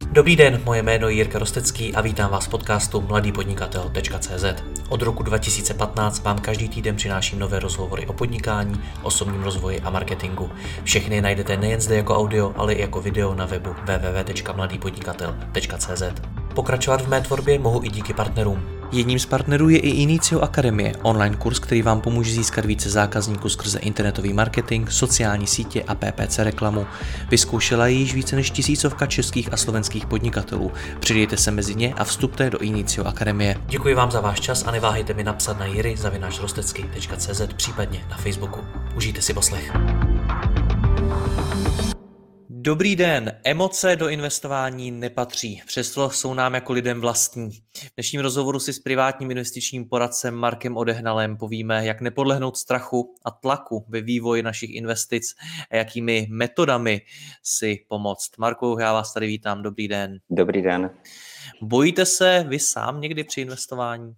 Dobrý den, moje jméno je Jirka Rostecký a vítám vás v podcastu mladýpodnikatel.cz. Od roku 2015 vám každý týden přináším nové rozhovory o podnikání, osobním rozvoji a marketingu. Všechny najdete nejen zde jako audio, ale i jako video na webu www.mladýpodnikatel.cz. Pokračovat v mé tvorbě mohu i díky partnerům. Jedním z partnerů je i Inicio Akademie, online kurz, který vám pomůže získat více zákazníků skrze internetový marketing, sociální sítě a PPC reklamu. Vyzkoušela ji již více než 1000 českých a slovenských podnikatelů. Přidejte se mezi ně a vstupte do Inicio Akademie. Děkuji vám za váš čas a neváhejte mi napsat na jiry@rostecky.cz, případně na Facebooku. Užijte si poslech. Dobrý den, emoce do investování nepatří, přesto jsou nám jako lidem vlastní. V dnešním rozhovoru si s privátním investičním poradcem Markem Odehnalem povíme, jak nepodlehnout strachu a tlaku ve vývoji našich investic a jakými metodami si pomoct. Marku, já vás tady vítám, dobrý den. Dobrý den. Bojíte se vy sám někdy při investování?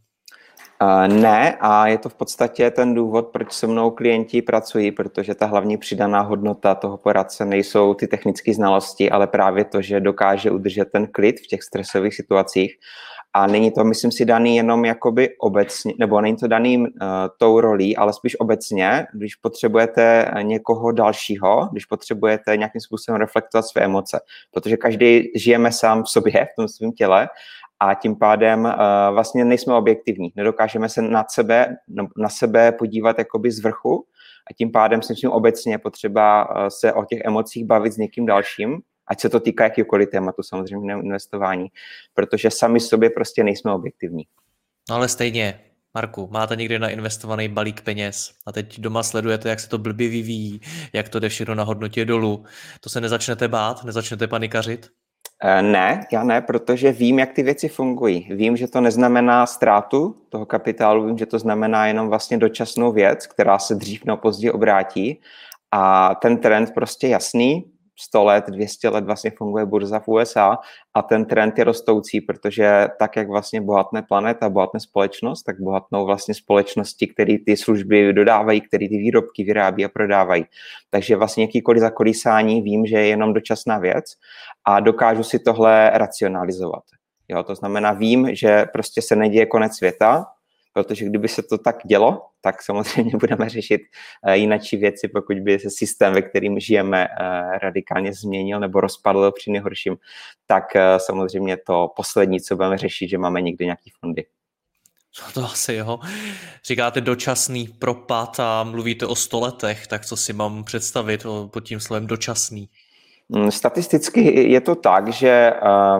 Ne, a je to v podstatě ten důvod, proč se mnou klienti pracují, protože ta hlavní přidaná hodnota toho poradce nejsou ty technické znalosti, ale právě to, že dokáže udržet ten klid v těch stresových situacích. A není to, myslím si, daný jenom jakoby obecně, nebo není to daný tou rolí, ale spíš obecně, když potřebujete někoho dalšího, když potřebujete nějakým způsobem reflektovat své emoce, protože každý žijeme sám v sobě, v tom svém těle, a tím pádem vlastně nejsme objektivní. Nedokážeme se na sebe podívat jakoby z vrchu a tím pádem si myslím obecně potřeba se o těch emocích bavit s někým dalším, ať se to týká jakýkoliv tématu, samozřejmě investování, protože sami sobě prostě nejsme objektivní. No ale stejně, Marku, máte někde nainvestovaný balík peněz a teď doma sledujete, jak se to blbě vyvíjí, jak to jde všechno na hodnotě dolů. To se nezačnete bát, nezačnete panikařit? Ne, já ne, protože vím, jak ty věci fungují. Vím, že to neznamená ztrátu toho kapitálu, vím, že to znamená jenom vlastně dočasnou věc, která se dřív nebo později obrátí. A ten trend prostě jasný, 100 let, 200 let vlastně funguje burza v USA a ten trend je rostoucí, protože tak, jak vlastně bohatne planeta, bohatne společnost, tak bohatnou vlastně společnosti, které ty služby dodávají, které ty výrobky vyrábí a prodávají. Takže vlastně jakýkoliv zakolísání vím, že je jenom dočasná věc a dokážu si tohle racionalizovat. Jo, to znamená, vím, že prostě se neděje konec světa, protože kdyby se to tak dělo, tak samozřejmě budeme řešit jinačí věci, pokud by se systém, ve kterým žijeme, radikálně změnil nebo rozpadl při nejhorším, tak samozřejmě to poslední, co budeme řešit, že máme někde nějaký fondy. To asi jo. Říkáte dočasný propad a mluvíte o 100 letech, tak co si mám představit pod tím slovem dočasný? Statisticky je to tak, že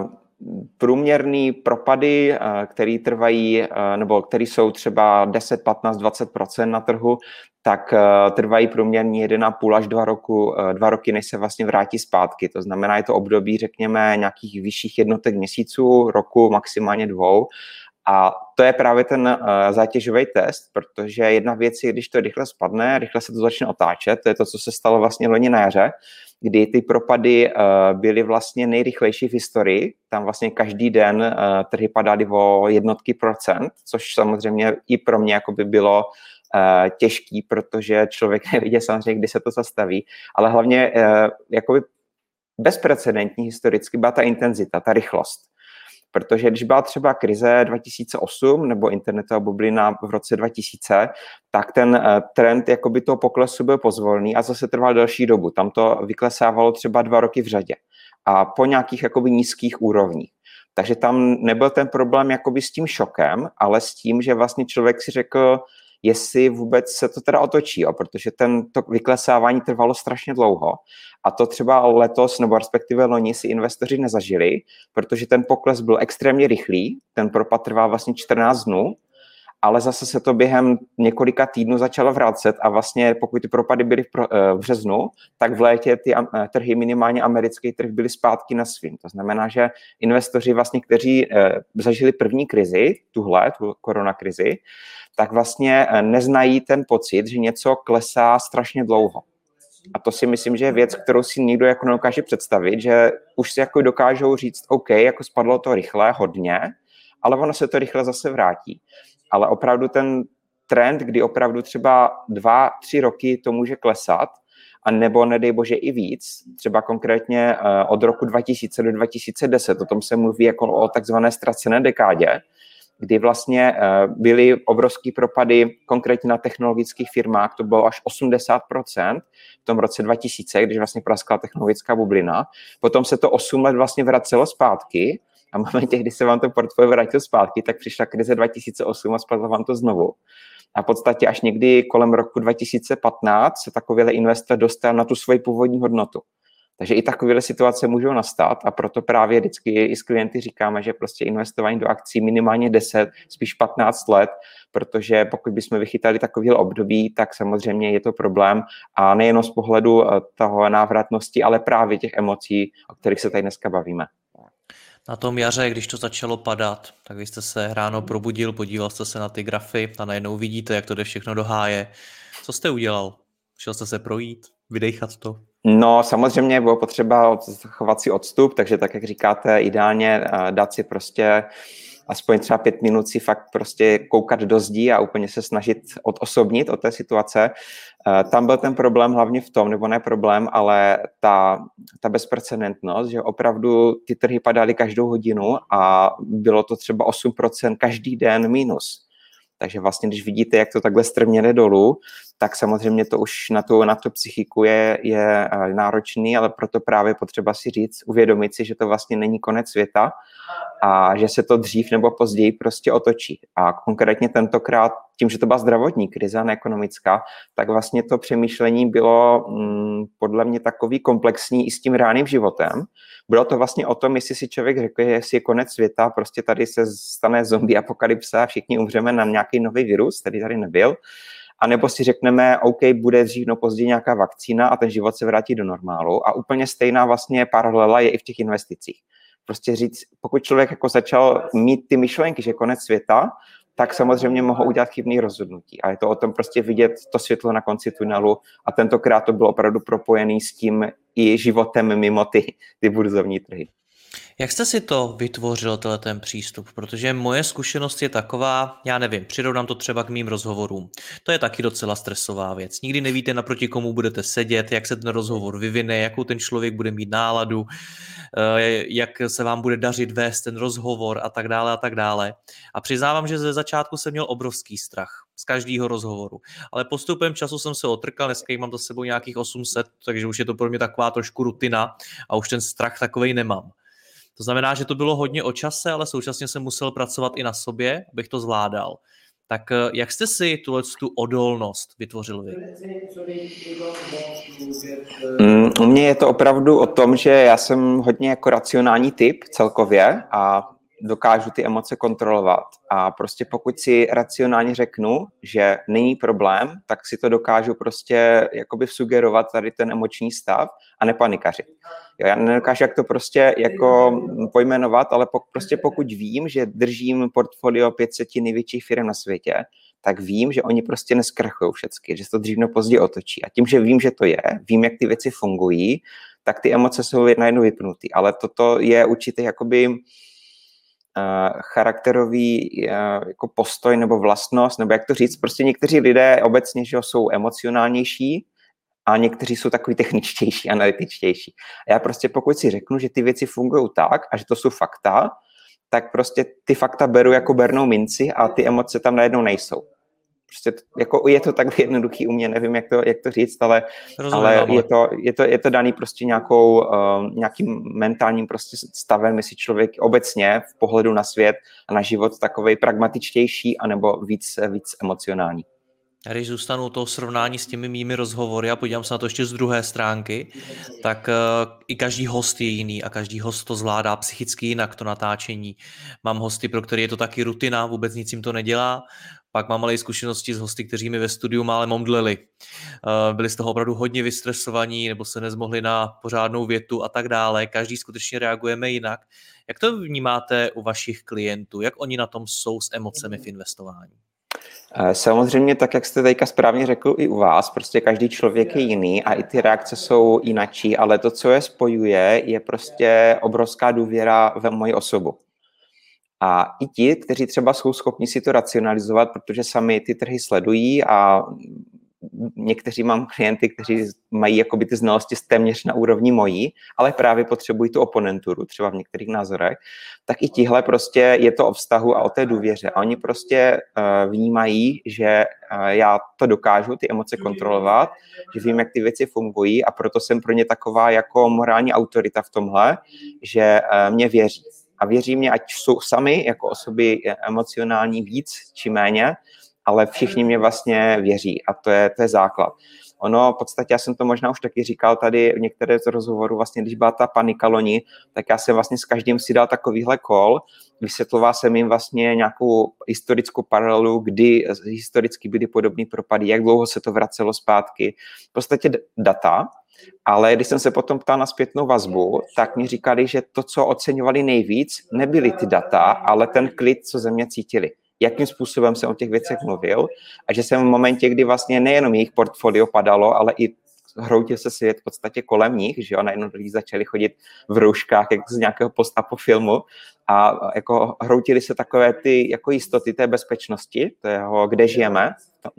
průměrný propady, které trvají, nebo které jsou třeba 10, 15, 20% na trhu, tak trvají průměrně 1,5 až 2 roky, než se vlastně vrátí zpátky. To znamená, je to období, řekněme, nějakých vyšších jednotek měsíců, roku, maximálně 2. A to je právě ten zátěžový test, protože jedna věc je, když to rychle spadne, rychle se to začne otáčet, to je to, co se stalo vlastně loni na jaře, kdy ty propady byly vlastně nejrychlejší v historii, tam vlastně každý den trhy padaly o jednotky procent, což samozřejmě i pro mě jako by bylo těžký, protože člověk nevidí samozřejmě, kdy se to zastaví, ale hlavně jakoby bezprecedentní historicky byla ta intenzita, ta rychlost. Protože když byla třeba krize 2008 nebo internetová bublina v roce 2000, tak ten trend jakoby toho poklesu byl pozvolný a zase trval delší dobu. Tam to vyklesávalo třeba 2 roky v řadě a po nějakých jakoby nízkých úrovních. Takže tam nebyl ten problém jakoby s tím šokem, ale s tím, že vlastně člověk si řekl, jestli vůbec se to teda otočí, protože to vyklesávání trvalo strašně dlouho. A to třeba letos, nebo respektive loni si investoři nezažili, protože ten pokles byl extrémně rychlý, ten propad trval vlastně 14 dnů, ale zase se to během několika týdnů začalo vracet a vlastně pokud ty propady byly v březnu, tak v létě ty trhy, minimálně americký trh, byly zpátky na svým. To znamená, že investoři vlastně, kteří zažili první krizi, tu koronakrizi, tak vlastně neznají ten pocit, že něco klesá strašně dlouho. A to si myslím, že je věc, kterou si nikdo jako nedokáže představit, že už si jako dokážou říct, OK, jako spadlo to rychle, hodně, ale ono se to rychle zase vrátí. Ale opravdu ten trend, kdy opravdu třeba 2-3 roky to může klesat a nebo nedej bože i víc, třeba konkrétně od roku 2000 do 2010, o tom se mluví jako o takzvané ztracené dekádě, kdy vlastně byly obrovský propady konkrétně na technologických firmách, to bylo až 80% v tom roce 2000, když vlastně praskla technologická bublina. Potom se to 8 let vlastně vracelo zpátky a v momentě, kdy se vám to portfolio vrátil zpátky, tak přišla krize 2008 a spadlo vám to znovu. A v podstatě až někdy kolem roku 2015 se takovýhle investor dostal na tu svoji původní hodnotu. Takže i takovéhle situace můžou nastat a proto právě vždycky i s klienty říkáme, že prostě investování do akcí minimálně 10, spíš 15 let, protože pokud bychom vychytali takovéhle období, tak samozřejmě je to problém a nejenom z pohledu toho návratnosti, ale právě těch emocí, o kterých se tady dneska bavíme. Na tom jaře, když to začalo padat, tak vy jste se ráno probudil, podíval jste se na ty grafy a najednou vidíte, jak to jde všechno do háje. Co jste udělal? Šel jste se projít, vydejchat to? No, samozřejmě bylo potřeba chovat si odstup, takže tak, jak říkáte, ideálně dát si prostě aspoň třeba 5 minut si fakt prostě koukat do zdí a úplně se snažit odosobnit od té situace. Tam byl ten problém hlavně v tom, nebo ne problém, ale ta bezprecedentnost, že opravdu ty trhy padaly každou hodinu a bylo to třeba 8% každý den minus. Takže vlastně, když vidíte, jak to takhle strmě jde dolů, tak samozřejmě to už na tu psychiku je náročný, ale proto právě potřeba si říct, uvědomit si, že to vlastně není konec světa a že se to dřív nebo později prostě otočí. A konkrétně tentokrát, tím, že to byla zdravotní krize, neekonomická, tak vlastně to přemýšlení bylo podle mě takový komplexní i s tím reálným životem. Bylo to vlastně o tom, jestli si člověk řekl, že jestli je konec světa, prostě tady se stane zombie apokalypsa a všichni umřeme na nějaký nový virus, který tady nebyl. A nebo si řekneme, OK, bude dřív no později nějaká vakcína a ten život se vrátí do normálu. A úplně stejná vlastně paralela je i v těch investicích. Prostě říct, pokud člověk jako začal mít ty myšlenky, že je konec světa, tak samozřejmě mohou udělat chybný rozhodnutí. A je to o tom prostě vidět to světlo na konci tunelu a tentokrát to bylo opravdu propojený s tím i životem mimo ty burzovní trhy. Jak jste si to vytvořil, ten přístup? Protože moje zkušenost je taková, já nevím, přirovnám to třeba k mým rozhovorům. To je taky docela stresová věc. Nikdy nevíte, naproti komu budete sedět, jak se ten rozhovor vyvine, jakou ten člověk bude mít náladu, jak se vám bude dařit vést ten rozhovor a tak dále a tak dále. A přiznávám, že ze začátku jsem měl obrovský strach z každého rozhovoru. Ale postupem času jsem se otrkal, dneska mám za sebou nějakých 800, takže už je to pro mě taková trošku rutina a už ten strach takovej nemám. To znamená, že to bylo hodně o čase, ale současně jsem musel pracovat i na sobě, abych to zvládal. Tak jak jste si tu odolnost vytvořil vy? U mě je to opravdu o tom, že já jsem hodně jako racionální typ celkově a dokážu ty emoce kontrolovat. A prostě pokud si racionálně řeknu, že není problém, tak si to dokážu prostě jakoby sugerovat tady ten emoční stav a nepanikařit. Jo, já nedokážu jak to prostě jako pojmenovat, ale prostě pokud vím, že držím portfolio 500 největších firm na světě, tak vím, že oni prostě neskrachují všechny, že se to dřív nebo později otočí. A tím, že vím, že to je, vím, jak ty věci fungují, tak ty emoce jsou najednou vypnutý. Ale toto je určitě jakoby charakterový jako postoj nebo vlastnost, nebo jak to říct, prostě někteří lidé obecně že jsou emocionálnější a někteří jsou takový techničtější, analytičtější. A já prostě pokud si řeknu, že ty věci fungují tak a že to jsou fakta, tak prostě ty fakta beru jako bernou minci a ty emoce tam najednou nejsou. Prostě jako je to tak jednoduchý u mě, nevím, jak to říct, ale je to daný prostě nějakým mentálním prostě stavem, jestli člověk obecně v pohledu na svět a na život takovej pragmatičtější anebo víc emocionální. A když zůstanu to srovnání s těmi mými rozhovory a podívám se na to ještě z druhé stránky, tak i každý host je jiný a každý host to zvládá psychicky jinak, to natáčení. Mám hosty, pro které je to taky rutina, vůbec nic jim to nedělá. Pak mám ale i zkušenosti s hosty, kteří mi ve studiu málem omdleli. Byli z toho opravdu hodně vystresovaní nebo se nezmohli na pořádnou větu a tak dále. Každý skutečně reagujeme jinak. Jak to vnímáte u vašich klientů? Jak oni na tom jsou s emocemi v investování? Samozřejmě, tak jak jste teďka správně řekl i u vás, prostě každý člověk je jiný a i ty reakce jsou jinačí, ale to, co je spojuje, je prostě obrovská důvěra ve moji osobu. A i ti, kteří třeba jsou schopni si to racionalizovat, protože sami ty trhy sledují a někteří mám klienty, kteří mají jakoby ty znalosti téměř na úrovni mojí, ale právě potřebují tu oponenturu, třeba v některých názorech, tak i tihle prostě je to o vztahu a o té důvěře. A oni prostě vnímají, že já to dokážu, ty emoce kontrolovat, že vím, jak ty věci fungují a proto jsem pro ně taková jako morální autorita v tomhle, že mě věří. A věří mě, ať jsou sami jako osoby emocionální víc či méně, ale všichni mě vlastně věří a to je základ. Ono, v podstatě, já jsem to možná už taky říkal tady v některé z rozhovorů, vlastně, když byla ta panika loni, tak já jsem vlastně s každým si dal takovýhle call, vysvětloval jsem jim vlastně nějakou historickou paralelu, kdy historicky byly podobné propady, jak dlouho se to vracelo zpátky, v podstatě data, ale když jsem se potom ptal na zpětnou vazbu, tak mi říkali, že to, co oceňovali nejvíc, nebyly ty data, ale ten klid, co ze mě cítili. Jakým způsobem jsem o těch věcech mluvil a že jsem v momentě, kdy vlastně nejenom jejich portfolio padalo, ale i hroutil se svět v podstatě kolem nich, že jo, najednou lidi začali chodit v rouškách, jak z nějakého post-apo filmu a jako hroutili se takové ty jako jistoty té bezpečnosti, toho, kde žijeme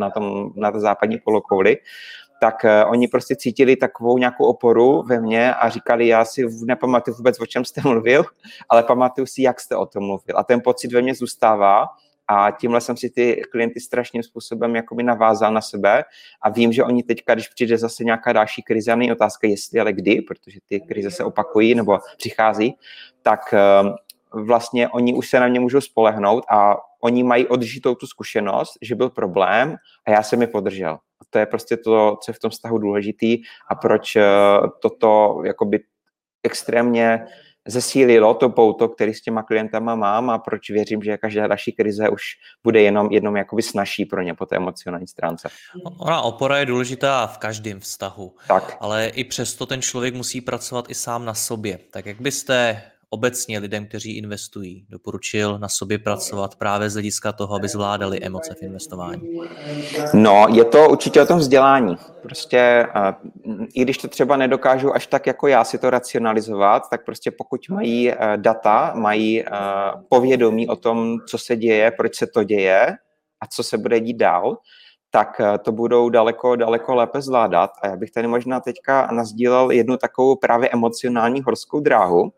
na té západní polokouli, tak oni prostě cítili takovou nějakou oporu ve mně a říkali, já si nepamatuju vůbec, o čem jste mluvil, ale pamatuju si, jak jste o tom mluvil. A ten pocit ve mně zůstává a tímhle jsem si ty klienty strašným způsobem jakoby navázal na sebe a vím, že oni teďka, když přijde zase nějaká další krize, a není otázka jestli, ale kdy, protože ty krize se opakují nebo přichází, tak vlastně oni už se na mě můžou spolehnout a oni mají odžitou tu zkušenost, že byl problém a já jsem je podržel. A to je prostě to, co je v tom vztahu důležitý a proč toto jakoby extrémně zesílilo to pouto, který s těma klientama mám a proč věřím, že každá další krize už bude jenom jakoby snazší pro ně po té emocionální stránce. Ona opora je důležitá v každém vztahu, tak. Ale i přesto ten člověk musí pracovat i sám na sobě. Tak jak byste obecně lidem, kteří investují, doporučil na sobě pracovat právě z hlediska toho, aby zvládali emoce v investování? No, je to určitě o tom vzdělání. Prostě i když to třeba nedokážu až tak jako já si to racionalizovat, tak prostě pokud mají data, mají povědomí o tom, co se děje, proč se to děje a co se bude dít dál, tak to budou daleko lépe zvládat. A já bych tady možná teďka nasdílel jednu takovou právě emocionální horskou dráhu,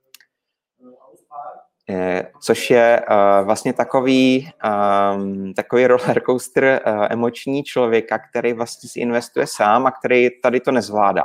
což je vlastně takový rollercoaster emoční člověka, který vlastně si investuje sám a který tady to nezvládá.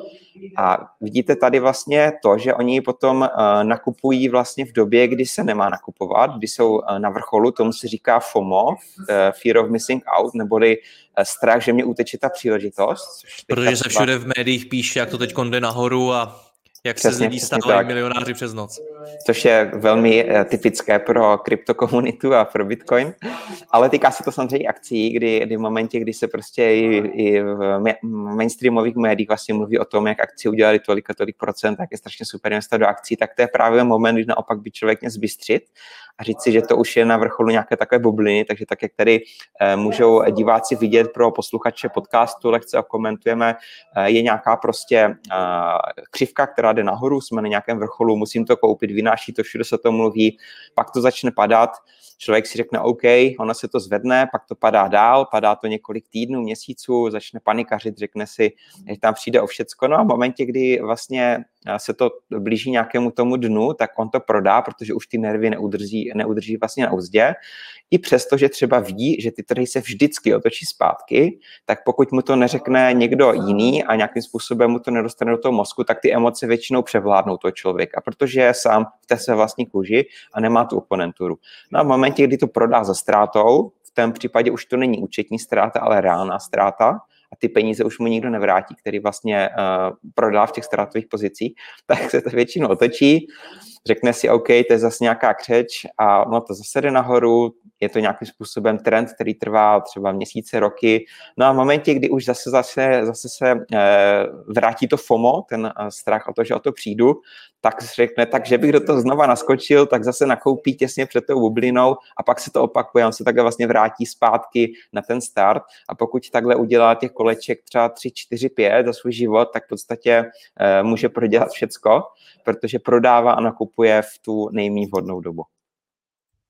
A vidíte tady vlastně to, že oni potom nakupují vlastně v době, kdy se nemá nakupovat, kdy jsou na vrcholu, tomu se říká FOMO, Fear of Missing Out, neboli strach, že mě uteče ta příležitost. Protože se všude v médiích píše, jak to teď jde nahoru a jak se z lidí stávají milionáři přes noc. Což je velmi typické pro kryptokomunitu a pro Bitcoin, ale týká se to samozřejmě akcí, kdy v momentě, kdy se prostě i v mainstreamových médiích vlastně mluví o tom, jak akcie udělali tolik a tolik procent, tak je strašně super investovat do akcí, tak to je právě moment, kdy naopak by člověk měl zbystřit a říct si, že to už je na vrcholu nějaké takové bubliny, takže tak, jak tady můžou diváci vidět pro posluchače podcastu, lehce okomentujeme, je nějaká prostě křivka, která jde nahoru, jsme na nějakém vrcholu, musím to koupit, vynáší to, všude se to mluví, pak to začne padat, člověk si řekne OK, ono se to zvedne, pak to padá dál, padá to několik týdnů, měsíců, začne panikařit, řekne si, že tam přijde o všecko, no a v momentě, kdy vlastně se to blíží nějakému tomu dnu, tak on to prodá, protože už ty nervy neudrží vlastně na uzdě. I přesto, že třeba ví, že ty trhy se vždycky otočí zpátky, tak pokud mu to neřekne někdo jiný a nějakým způsobem mu to nedostane do toho mozku, tak ty emoce většinou převládnou toho člověka, protože je sám v té své vlastní kůži a nemá tu oponenturu. No a v momentě, kdy to prodá za ztrátou, v tom případě už to není účetní ztráta, ale reálná ztráta, a ty peníze už mu nikdo nevrátí, který vlastně prodal v těch ztrátových pozicích, tak se to většinou otočí, řekne si, OK, to je zase nějaká křeč a ono to zase jde nahoru, je to nějakým způsobem trend, který trvá třeba měsíce, roky. No a v momentě, kdy už zase se vrátí to FOMO, ten strach o to, že o to přijdu, tak řekne, takže bych do toho znova naskočil, tak zase nakoupí těsně před tou bublinou a pak se to opakuje, on se takhle vlastně vrátí zpátky na ten start a pokud takhle udělá těch koleček třeba 3, 4, 5 za svůj život, tak v podstatě může prodělat všecko, protože prodává a nakupuje v tu nejméně vhodnou dobu.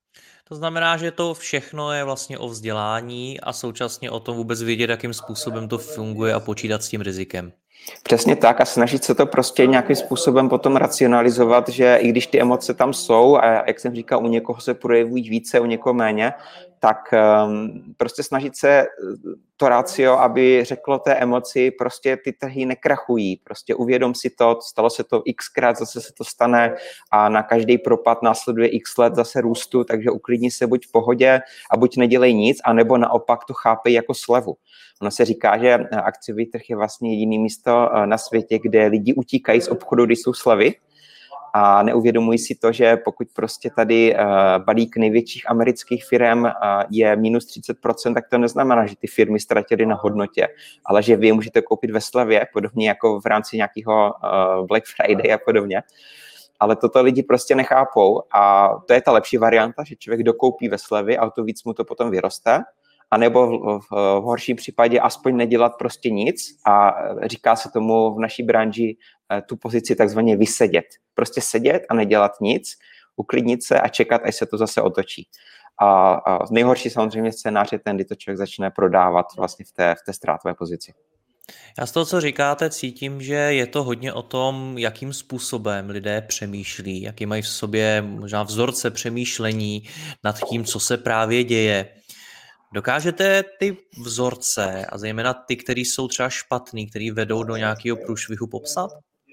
To znamená, že to všechno je vlastně o vzdělání a současně o tom vůbec vědět, jakým způsobem to funguje a počítat s tím rizikem. Přesně tak a snažit se to prostě nějakým způsobem potom racionalizovat, že i když ty emoce tam jsou a jak jsem říkal, u někoho se projevují více, u někoho méně, tak prostě snažit se to ratio, aby řeklo té emoci, prostě ty trhy nekrachují, prostě uvědom si to, stalo se to xkrát, zase se to stane a na každý propad následuje x let zase růstu, takže uklidni se buď v pohodě a buď nedělej nic, anebo naopak to chápej jako slevu. Ono se říká, že akciový trh je vlastně jediné místo na světě, kde lidi utíkají z obchodu, když jsou slevy a neuvědomují si to, že pokud prostě tady balík největších amerických firm je minus 30%, tak to neznamená, že ty firmy ztratily na hodnotě, ale že vy je můžete koupit ve slevě, podobně jako v rámci nějakého Black Friday a podobně. Ale toto lidi prostě nechápou a to je ta lepší varianta, že člověk dokoupí ve slevě a o to víc mu to potom vyroste. A nebo v horším případě aspoň nedělat prostě nic a říká se tomu v naší branži tu pozici takzvaně vysedět. Prostě sedět a nedělat nic, uklidnit se a čekat, až se to zase otočí. A nejhorší samozřejmě scénář je ten, kdy to člověk začne prodávat vlastně v té ztrátové pozici. Já z toho, co říkáte, cítím, že je to hodně o tom, jakým způsobem lidé přemýšlí, jaký mají v sobě možná vzorce přemýšlení nad tím, co se právě děje. Dokážete ty vzorce a zejména ty, které jsou třeba špatný, které vedou do nějakého průšvihu, popsat?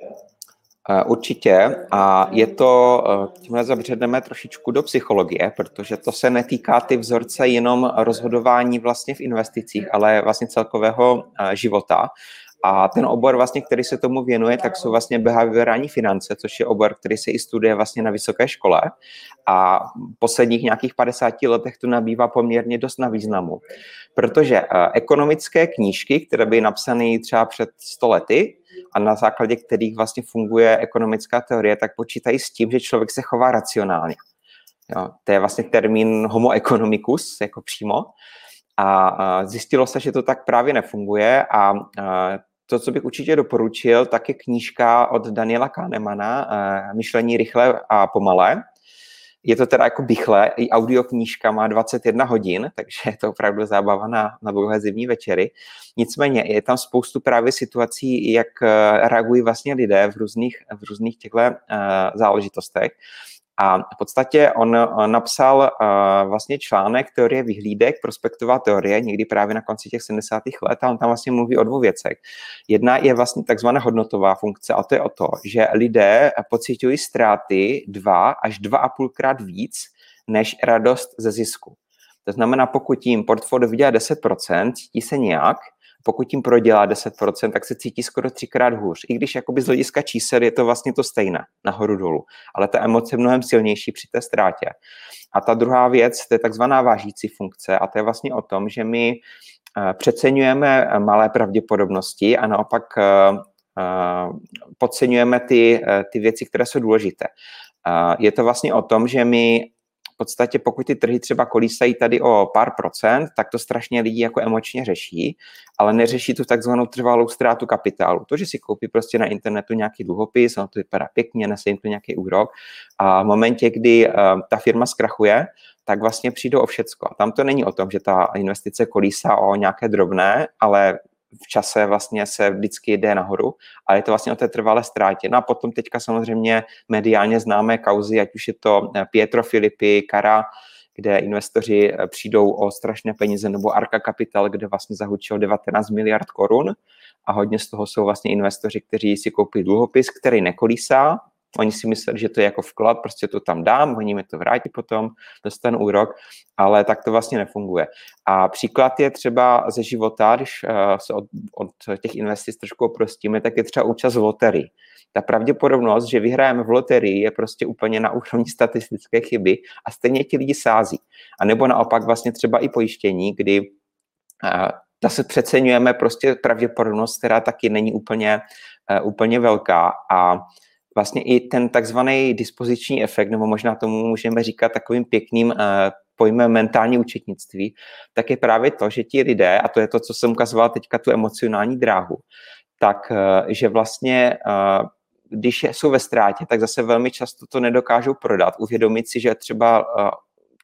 Určitě a je to, tímhle zabředneme trošičku do psychologie, protože to se netýká ty vzorce jenom rozhodování vlastně v investicích, ale vlastně celkového života. A ten obor, vlastně, který se tomu věnuje, tak jsou vlastně behaviorální finance, což je obor, který se i studuje vlastně na vysoké škole. A v posledních nějakých 50 letech to nabývá poměrně dost na významu. Protože ekonomické knížky, které byly napsané třeba před 100 lety, a na základě kterých vlastně funguje ekonomická teorie, tak počítají s tím, že člověk se chová racionálně. Jo, to je vlastně termín homo economicus, jako přímo. A zjistilo se, že to tak právě nefunguje a to, co bych určitě doporučil, tak je knížka od Daniela Kahnemana, Myšlení rychle a pomalé. Je to teda jako bychle, i audioknížka má 21 hodin, takže je to opravdu zábava na dlouhé zimní večery. Nicméně je tam spoustu právě situací, jak reagují vlastně lidé v různých těchto záležitostech. A v podstatě on napsal vlastně článek teorie vyhlídek, prospektová teorie, někdy právě na konci těch 70. let a on tam vlastně mluví o dvou věcech. Jedna je vlastně takzvaná hodnotová funkce a to je o to, že lidé pociťují ztráty 2 až 2,5krát víc než radost ze zisku. To znamená, pokud jim portfolio vydělá 10%, cítí se nějak, pokud tím prodělá 10%, tak se cítí skoro 3krát hůř. I když jakoby z hlediska čísel je to vlastně to stejné, nahoru dolů. Ale ta emoce je mnohem silnější při té ztrátě. A ta druhá věc, to je takzvaná vážící funkce a to je vlastně o tom, že my přeceňujeme malé pravděpodobnosti a naopak podceňujeme ty věci, které jsou důležité. Je to vlastně o tom, že my v podstatě pokud ty trhy třeba kolísají tady o pár procent, tak to strašně lidi jako emočně řeší, ale neřeší tu takzvanou trvalou ztrátu kapitálu. To, že si koupí prostě na internetu nějaký dluhopis, ono to vypadá pěkně, nese jim to nějaký úrok a v momentě, kdy ta firma zkrachuje, tak vlastně přijdou o všecko. A tam to není o tom, že ta investice kolísá o nějaké drobné, ale v čase vlastně se vždycky jde nahoru, ale je to vlastně o té trvalé ztrátě. No a potom teďka samozřejmě mediálně známé kauzy, ať už je to Pietro Filippi, Cara, kde investoři přijdou o strašné peníze, nebo Arca Capital, kde vlastně zahučilo 19 miliard korun a hodně z toho jsou vlastně investoři, kteří si koupí dluhopis, který nekolísá. Oni si mysleli, že to je jako vklad, prostě to tam dám, oni mi to vrátí potom, dostanu úrok, ale tak to vlastně nefunguje. A příklad je třeba ze života, když se od těch investic trošku oprostíme, tak je třeba účast v loterii. Ta pravděpodobnost, že vyhrajeme v loterii, je prostě úplně na úrovni statistické chyby a stejně ti lidi sází. A nebo naopak vlastně třeba i pojištění, kdy zase přeceňujeme prostě pravděpodobnost, která taky není úplně velká a vlastně i ten takzvaný dispoziční efekt, nebo možná tomu můžeme říkat takovým pěkným pojmem mentální účetnictví, tak je právě to, že ti lidé, a to je to, co jsem ukazoval teďka tu emocionální dráhu, tak že vlastně když jsou ve ztrátě, tak zase velmi často to nedokážou prodat, uvědomit si, že třeba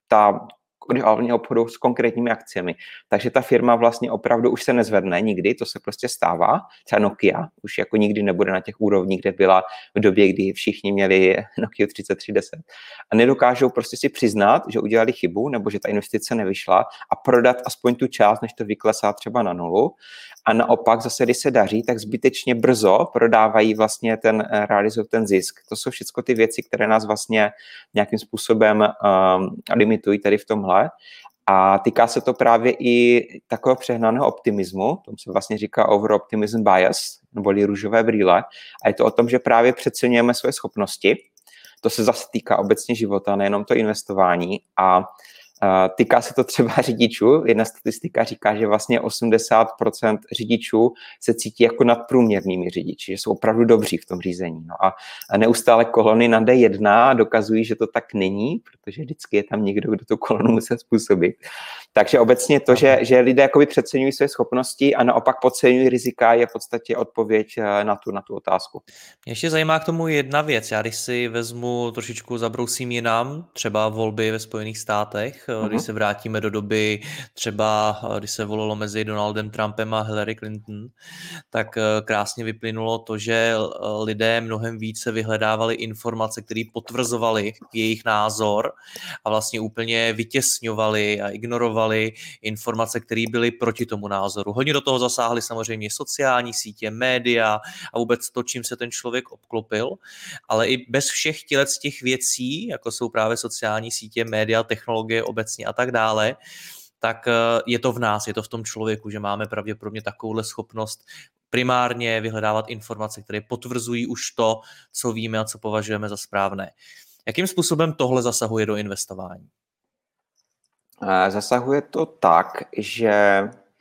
hlavně obchodu s konkrétními akciemi. Takže ta firma vlastně opravdu už se nezvedne nikdy, to se prostě stává. Třeba Nokia už jako nikdy nebude na těch úrovních, kde byla v době, kdy všichni měli Nokia 3310. A nedokážou prostě si přiznat, že udělali chybu, nebo že ta investice nevyšla a prodat aspoň tu část, než to vyklesá třeba na nulu. A naopak zase, když se daří, tak zbytečně brzo prodávají vlastně realizují ten zisk. To jsou všechno ty věci, které nás vlastně nějakým způsobem limitují tady v tomhle. A týká se to právě i takového přehnaného optimismu, tomu se vlastně říká over-optimism bias, neboli růžové brýle. A je to o tom, že právě přeceňujeme svoje schopnosti. To se zase týká obecně života, nejenom to investování. A týká se to třeba řidičů. Jedna statistika říká, že vlastně 80% řidičů se cítí jako nadprůměrnými řidiči, že jsou opravdu dobří v tom řízení. No a neustále kolony na D1 dokazují, že to tak není, protože vždycky je tam někdo, kdo tu kolonu musí způsobit. Takže obecně to, že lidé jakoby přeceňují své schopnosti a naopak podceňují rizika, je v podstatě odpověď na tu otázku. Mě ještě zajímá k tomu jedna věc. Já když si vezmu trošičku zabrousím jinam, třeba volby ve Spojených státech, když se vrátíme do doby třeba, když se volilo mezi Donaldem Trumpem a Hillary Clinton, tak krásně vyplynulo to, že lidé mnohem více vyhledávali informace, které potvrzovaly jejich názor a vlastně úplně vytěsňovali a ignorovali informace, které byly proti tomu názoru. Hodně do toho zasáhly samozřejmě sociální sítě, média a vůbec to, čím se ten člověk obklopil, ale i bez všech těch věcí, jako jsou právě sociální sítě, média, technologie obecně a tak dále, tak je to v nás, je to v tom člověku, že máme pravděpodobně takovouhle schopnost primárně vyhledávat informace, které potvrzují už to, co víme a co považujeme za správné. Jakým způsobem tohle zasahuje do investování? Zasahuje to tak, že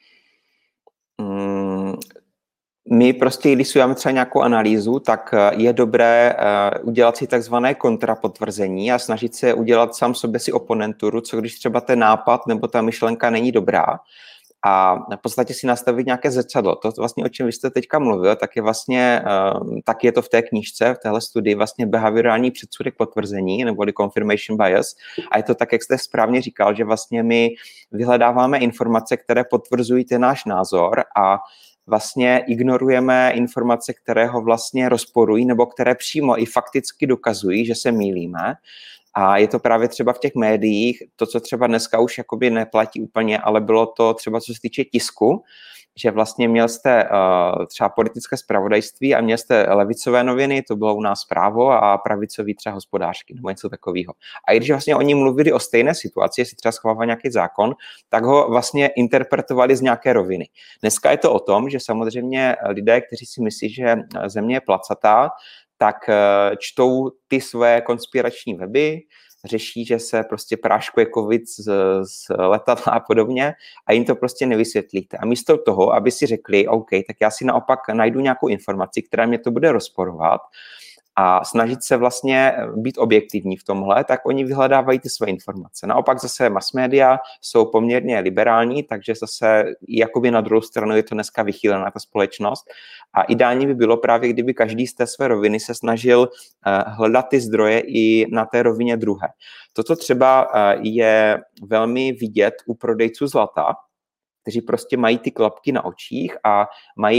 my prostě, když si uděláme třeba nějakou analýzu, tak je dobré udělat si takzvané kontrapotvrzení a snažit se udělat sám sobě si oponenturu, co když třeba ten nápad nebo ta myšlenka není dobrá, a v podstatě si nastavit nějaké zrcadlo. To vlastně, o čem vy jste teďka mluvil, tak je vlastně, tak je to v té knížce, v téhle studii vlastně behaviorální předsudek potvrzení, neboli confirmation bias. A je to tak, jak jste správně říkal, že vlastně my vyhledáváme informace, které potvrzují ten náš názor a vlastně ignorujeme informace, které ho vlastně rozporují nebo které přímo i fakticky dokazují, že se mýlíme. A je to právě třeba v těch médiích, to, co třeba dneska už jakoby neplatí úplně, ale bylo to třeba co se týče tisku, že vlastně měl jste třeba politické zpravodajství a měl jste levicové noviny, to bylo u nás Právo a pravicový třeba Hospodářky nebo něco takového. A i když vlastně oni mluvili o stejné situaci, jestli třeba schovává nějaký zákon, tak ho vlastně interpretovali z nějaké roviny. Dneska je to o tom, že samozřejmě lidé, kteří si myslí, že země je placatá, tak čtou ty své konspirační weby, řeší, že se prostě práškuje covid z letadla a podobně a jim to prostě nevysvětlíte. A místo toho, aby si řekli, OK, tak já si naopak najdu nějakou informaci, která mě to bude rozporovat a snažit se vlastně být objektivní v tomhle, tak oni vyhledávají ty své informace. Naopak zase mass media jsou poměrně liberální, takže zase jakoby na druhou stranu je to dneska vychýlená ta společnost. A ideální by bylo právě, kdyby každý z té své roviny se snažil hledat ty zdroje i na té rovině druhé. Toto třeba je velmi vidět u prodejců zlata, kteří prostě mají ty klapky na očích a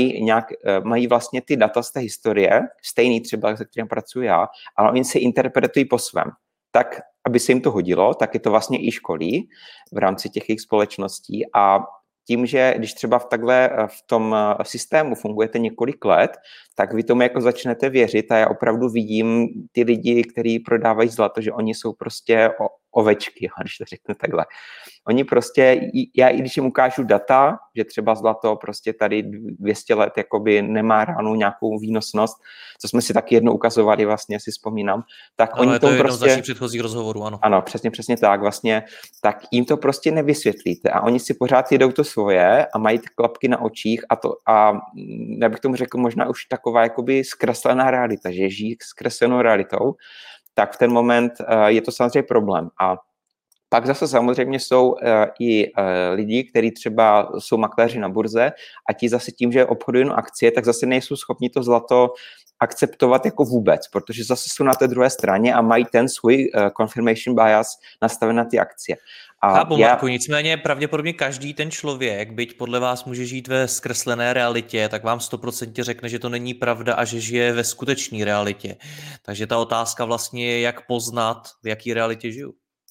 mají vlastně ty data z té historie, stejný třeba, se kterým pracuji já, ale oni se interpretují po svém. Tak, aby se jim to hodilo, tak je to vlastně i školí v rámci těch jejich společností a tím, že když třeba v tom systému fungujete několik let, tak vy tomu jako začnete věřit a já opravdu vidím ty lidi, kteří prodávají zlato, že oni jsou prostě ovečky, když to řeknu takhle. Oni prostě, já i když jim ukážu data, že třeba zlato prostě tady 200 let jakoby nemá ránu nějakou výnosnost, co jsme si taky jednou ukazovali, vlastně si vzpomínám, tak ano, oni to tomu prostě... z předchozích rozhovorů, ano. Ano, přesně tak, vlastně, tak jim to prostě nevysvětlíte a oni si pořád jedou to svoje a mají ty klapky na očích a já bych tomu řekl možná už taková jakoby zkreslená realita, že žijí zkreslenou realitou, tak v ten moment je to samozřejmě problém. A Pak zase samozřejmě jsou i lidi, kteří třeba jsou makléři na burze a ti zase tím, že obchodují na akcie, tak zase nejsou schopni to zlato akceptovat jako vůbec, protože zase jsou na té druhé straně a mají ten svůj confirmation bias nastaven na ty akcie. Chápu, Marku, nicméně pravděpodobně každý ten člověk, byť podle vás může žít ve zkreslené realitě, tak vám 100% řekne, že to není pravda a že žije ve skutečné realitě. Takže ta otázka vlastně je, jak poznat, v jaký realitě žiju.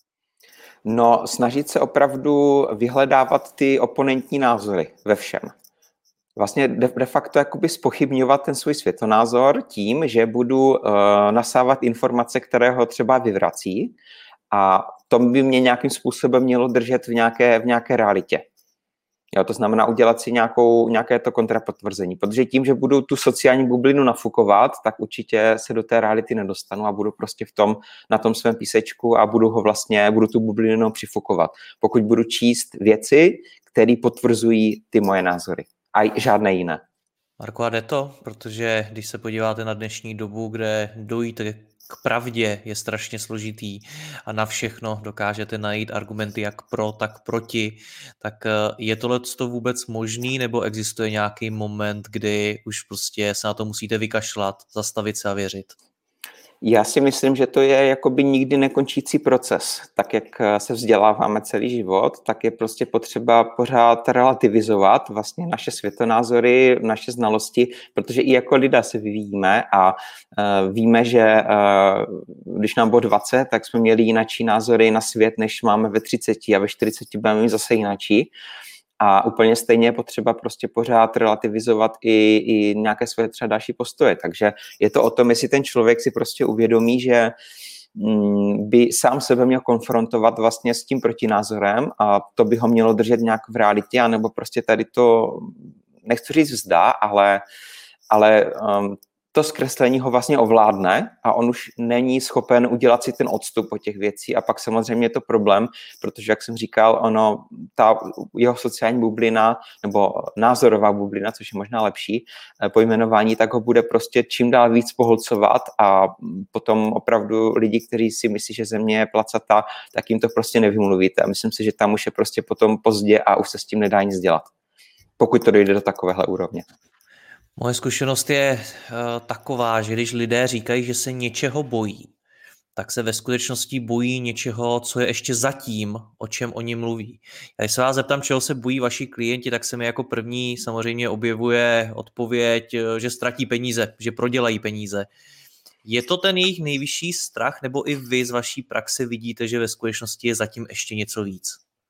No, snažit se opravdu vyhledávat ty oponentní názory ve všem. Vlastně de facto jakoby zpochybňovat ten svůj světonázor tím, že budu nasávat informace, které ho třeba vyvrací, a to by mě nějakým způsobem mělo držet v nějaké realitě. Jo, to znamená udělat si nějaké to kontrapotvrzení, protože tím, že budu tu sociální bublinu nafukovat, tak určitě se do té reality nedostanu a budu prostě na tom svém písečku a budu tu bublinu přifukovat. Pokud budu číst věci, které potvrzují ty moje názory a žádné jiné. Marko, a jde to? Protože když se podíváte na dnešní dobu, kde dojít k pravdě je strašně složitý a na všechno dokážete najít argumenty jak pro, tak proti, tak je tohle vůbec možný, nebo existuje nějaký moment, kdy už prostě se na to musíte vykašlat, zastavit se a věřit? Já si myslím, že to je jakoby nikdy nekončící proces. Tak, jak se vzděláváme celý život, tak je prostě potřeba pořád relativizovat vlastně naše světonázory, naše znalosti, protože i jako lidé se vyvíjíme a víme, že když nám bylo 20, tak jsme měli jinačí názory na svět, než máme ve 30 a ve 40 budeme mít zase jinačí. A úplně stejně je potřeba prostě pořád relativizovat i nějaké své třeba další postoje. Takže je to o tom, jestli ten člověk si prostě uvědomí, že by sám sebe měl konfrontovat vlastně s tím protinázorem a to by ho mělo držet nějak v realitě, anebo prostě tady to, nechci říct vzdá, ale to zkreslení ho vlastně ovládne a on už není schopen udělat si ten odstup od těch věcí a pak samozřejmě je to problém, protože, jak jsem říkal, ta jeho sociální bublina nebo názorová bublina, což je možná lepší pojmenování, tak ho bude prostě čím dál víc pohlcovat a potom opravdu lidi, kteří si myslí, že země je placatá, tak jim to prostě nevymluvíte a myslím si, že tam už je prostě potom pozdě a už se s tím nedá nic dělat, pokud to dojde do takovéhle úrovně. Moje zkušenost je taková, že když lidé říkají, že se něčeho bojí, tak se ve skutečnosti bojí něčeho, co je ještě zatím, o čem oni mluví. Já když se vás zeptám, čeho se bojí vaši klienti, tak se mi jako první samozřejmě objevuje odpověď, že ztratí peníze, že prodělají peníze. Je to ten jejich nejvyšší strach, nebo i vy z vaší praxe vidíte, že ve skutečnosti je zatím ještě něco víc?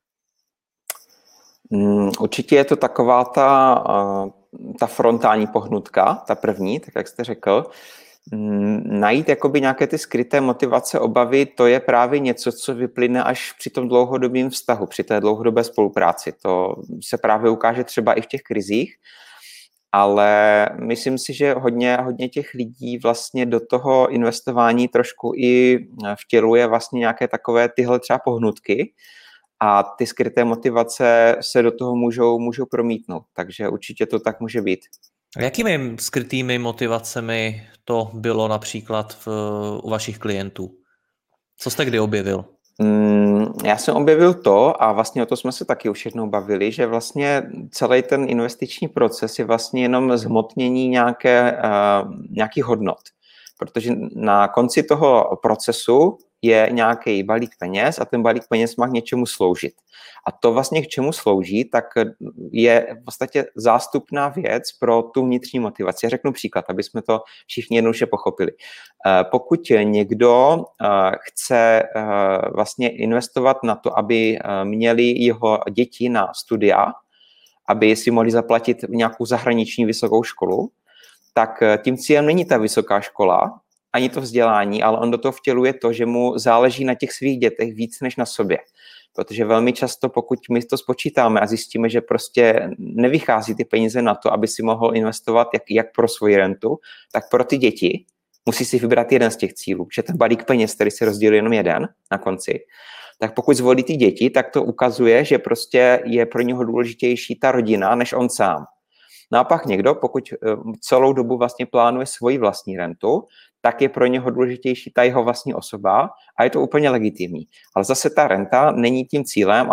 Určitě je to taková ta frontální pohnutka, ta první, tak jak jste řekl. Najít jakoby nějaké ty skryté motivace, obavy, to je právě něco, co vyplyne až při tom dlouhodobém vztahu, při té dlouhodobé spolupráci. To se právě ukáže třeba i v těch krizích, ale myslím si, že hodně těch lidí vlastně do toho investování trošku i vtěluje vlastně nějaké takové tyhle třeba pohnutky, a ty skryté motivace se do toho můžou promítnout, takže určitě to tak může být. A jakými skrytými motivacemi to bylo například u vašich klientů? Co jste kdy objevil? Já jsem objevil to, a vlastně o to jsme se taky už jednou bavili, že vlastně celý ten investiční proces je vlastně jenom zhmotnění nějakých hodnot. Protože na konci toho procesu je nějaký balík peněz a ten balík peněz má k něčemu sloužit. A to vlastně k čemu slouží, tak je v podstatě zástupná věc pro tu vnitřní motivaci. Já řeknu příklad, aby jsme to všichni jednoduše pochopili. Pokud někdo chce vlastně investovat na to, aby měli jeho děti na studia, aby si mohli zaplatit nějakou zahraniční vysokou školu, tak tím cílem není ta vysoká škola, ani to vzdělání, ale on do toho vtěluje to, že mu záleží na těch svých dětech víc než na sobě. Protože velmi často, pokud my to spočítáme a zjistíme, že prostě nevychází ty peníze na to, aby si mohl investovat jak pro svoji rentu, tak pro ty děti musí si vybrat jeden z těch cílů, že ten balík peněz, který se rozdělí jenom jeden na konci, tak pokud zvolí ty děti, tak to ukazuje, že prostě je pro něho důležitější ta rodina než on sám. Naopak někdo, pokud celou dobu vlastně plánuje svoji vlastní rentu, tak je pro něho důležitější ta jeho vlastní osoba a je to úplně legitimní. Ale zase ta renta není tím cílem,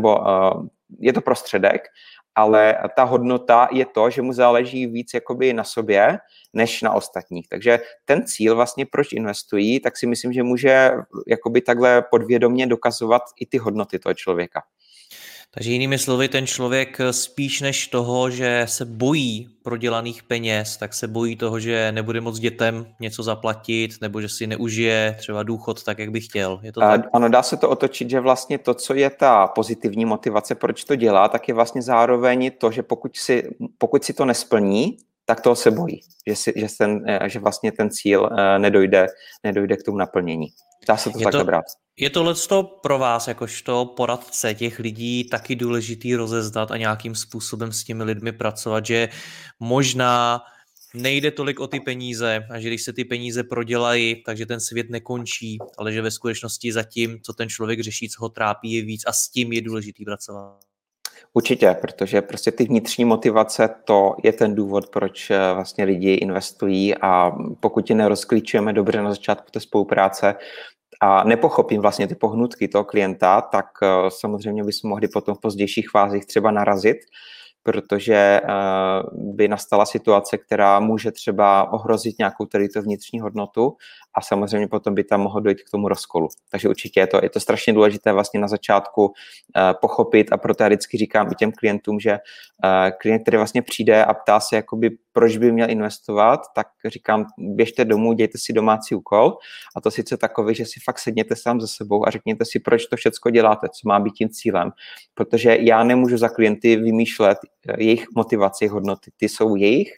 je to prostředek, ale ta hodnota je to, že mu záleží víc jakoby na sobě, než na ostatních. Takže ten cíl vlastně, proč investují, tak si myslím, že může jakoby takhle podvědomě dokazovat i ty hodnoty toho člověka. Takže jinými slovy, ten člověk spíš než toho, že se bojí prodělaných peněz, tak se bojí toho, že nebude moct dětem něco zaplatit, nebo že si neužije třeba důchod tak, jak by chtěl. Je to tak? Ano, dá se to otočit, že vlastně to, co je ta pozitivní motivace, proč to dělá, tak je vlastně zároveň to, že pokud si to nesplní, tak toho se bojí, že vlastně ten cíl nedojde k tomu naplnění. Dá se to takhle brát. Je tohleto pro vás, jakožto poradce těch lidí, taky důležitý rozeznat a nějakým způsobem s těmi lidmi pracovat, že možná nejde tolik o ty peníze a že když se ty peníze prodělají, takže ten svět nekončí, ale že ve skutečnosti zatím, co ten člověk řeší, co ho trápí, je víc a s tím je důležitý pracovat. Určitě, protože prostě ty vnitřní motivace, to je ten důvod, proč vlastně lidi investují a pokud je nerozklíčujeme dobře na začátku té spolupráce a nepochopím vlastně ty pohnutky toho klienta, tak samozřejmě bychom mohli potom v pozdějších fázích třeba narazit, protože by nastala situace, která může třeba ohrozit nějakou tady tu vnitřní hodnotu a samozřejmě potom by tam mohlo dojít k tomu rozkolu. Takže určitě je to strašně důležité vlastně na začátku pochopit a proto já vždycky říkám i těm klientům, že klient, který vlastně přijde a ptá se, jakoby, proč by měl investovat, tak říkám, běžte domů, dějte si domácí úkol a to sice takový, že si fakt sedněte sám za sebou a řekněte si, proč to všechno děláte, co má být tím cílem, protože já nemůžu za klienty vymýšlet jejich motivaci, hodnoty, ty jsou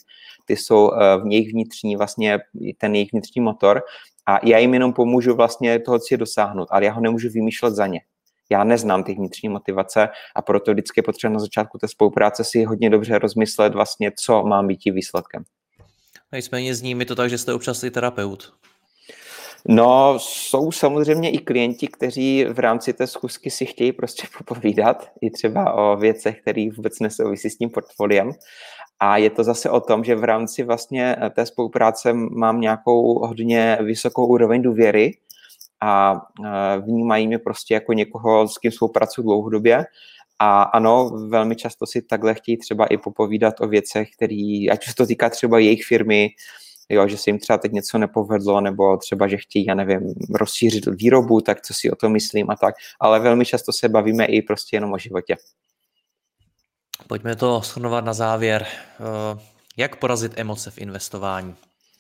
v jejich vnitřní, vlastně ten jejich vnitřní motor a já jim jenom pomůžu vlastně toho cíle dosáhnout, ale já ho nemůžu vymýšlet za ně. Já neznám ty vnitřní motivace a proto vždycky je potřeba na začátku té spolupráce si hodně dobře rozmyslet vlastně, co má být tím výsledkem. Nicméně zní mi to tak, že jste občas i terapeut. No, jsou samozřejmě i klienti, kteří v rámci té schůzky si chtějí prostě popovídat i třeba o věcech, které vůbec nesouvisí s tím portfoliem. A je to zase o tom, že v rámci vlastně té spolupráce mám nějakou hodně vysokou úroveň důvěry a vnímají mě prostě jako někoho, s kým spolupracuji dlouhodobě. A ano, velmi často si takhle chtějí třeba i popovídat o věcech, které, ať už se to týká třeba jejich firmy, jo, že se jim třeba teď něco nepovedlo, nebo třeba, že chtějí, já nevím, rozšířit výrobu, tak co si o tom myslím a tak. Ale velmi často se bavíme i prostě jenom o životě. Pojďme to shrnovat na závěr. Jak porazit emoce v investování?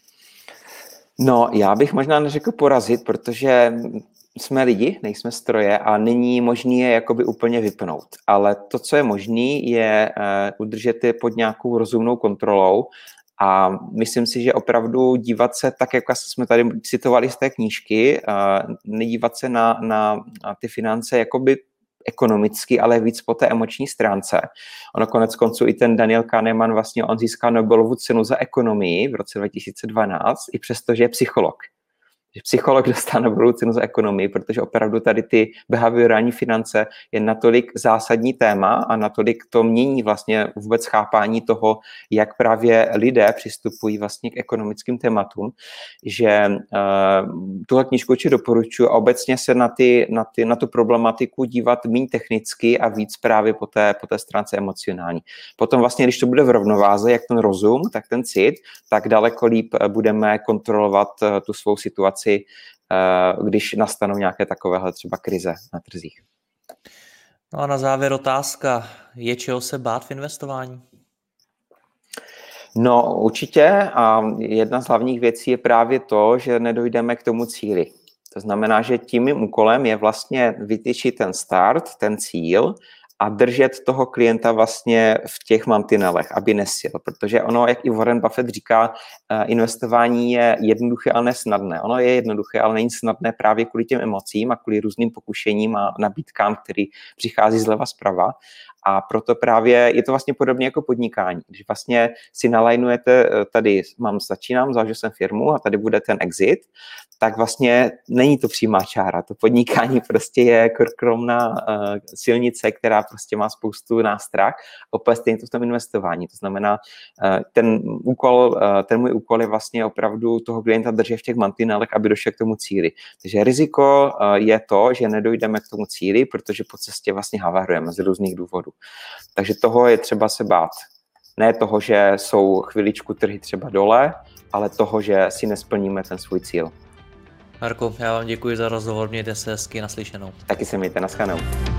No, já bych možná neřekl porazit, protože jsme lidi, nejsme stroje a není možné je jakoby úplně vypnout. Ale to, co je možné, je udržet je pod nějakou rozumnou kontrolou a myslím si, že opravdu dívat se tak, jak jsme tady citovali z té knížky, nedívat se na ty finance jakoby ekonomicky, ale víc po té emoční stránce. Ono konec konců i ten Daniel Kahneman vlastně on získal Nobelovu cenu za ekonomii v roce 2012, i přesto, že je psycholog. Že psycholog dostal Nobelovu cenu za ekonomii, protože opravdu tady ty behaviorální finance je natolik zásadní téma a natolik to mění vlastně vůbec chápání toho, jak právě lidé přistupují vlastně k ekonomickým tématům, že tuhle knížku určitě doporučuji a obecně se na tu problematiku dívat méně technicky a víc právě po té stránce emocionální. Potom vlastně, když to bude v rovnováze, jak ten rozum, tak ten cit, tak daleko líp budeme kontrolovat tu svou situaci, když nastanou nějaké takovéhle třeba krize na trzích. No a na závěr otázka, je čeho se bát v investování? No určitě a jedna z hlavních věcí je právě to, že nedojdeme k tomu cíli. To znamená, že tím mým úkolem je vlastně vytyčit ten start, ten cíl a držet toho klienta vlastně v těch mantinelech, aby nesil. Protože ono, jak i Warren Buffett říká, investování je jednoduché, ale nesnadné. Ono je jednoduché, ale není snadné právě kvůli těm emocím a kvůli různým pokušením a nabídkám, který přichází zleva zprava. A proto právě je to vlastně podobně jako podnikání. Když vlastně si nalajnujete, tady začínám, založil jsem firmu a tady bude ten exit, tak vlastně není to přímá čára. To podnikání prostě je kromná silnice, která prostě má spoustu nástrah. Opět stejně to v tom investování. To znamená, ten můj úkol je vlastně opravdu toho klienta držet v těch mantinelech, aby došel k tomu cíli. Takže riziko je to, že nedojdeme k tomu cíli, protože po cestě vlastně havarujeme z různých důvodů. Takže toho je třeba se bát. Ne toho, že jsou chviličku trhy třeba dole, ale toho, že si nesplníme ten svůj cíl. Marko, já vám děkuji za rozhovor, mějte se hezky, naslyšenou. Taky se mějte, naschledanou.